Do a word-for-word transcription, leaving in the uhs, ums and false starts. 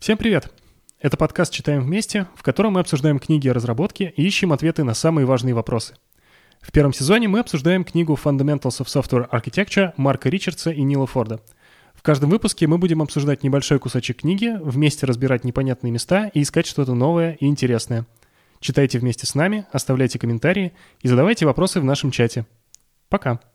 Всем привет! Это подкаст «Читаем вместе», в котором мы обсуждаем книги о разработке и ищем ответы на самые важные вопросы. В первом сезоне мы обсуждаем книгу «Fundamentals of Software Architecture» Марка Ричардса и Нила Форда. В каждом выпуске мы будем обсуждать небольшой кусочек книги, вместе разбирать непонятные места и искать что-то новое и интересное. Читайте вместе с нами, оставляйте комментарии и задавайте вопросы в нашем чате. Пока!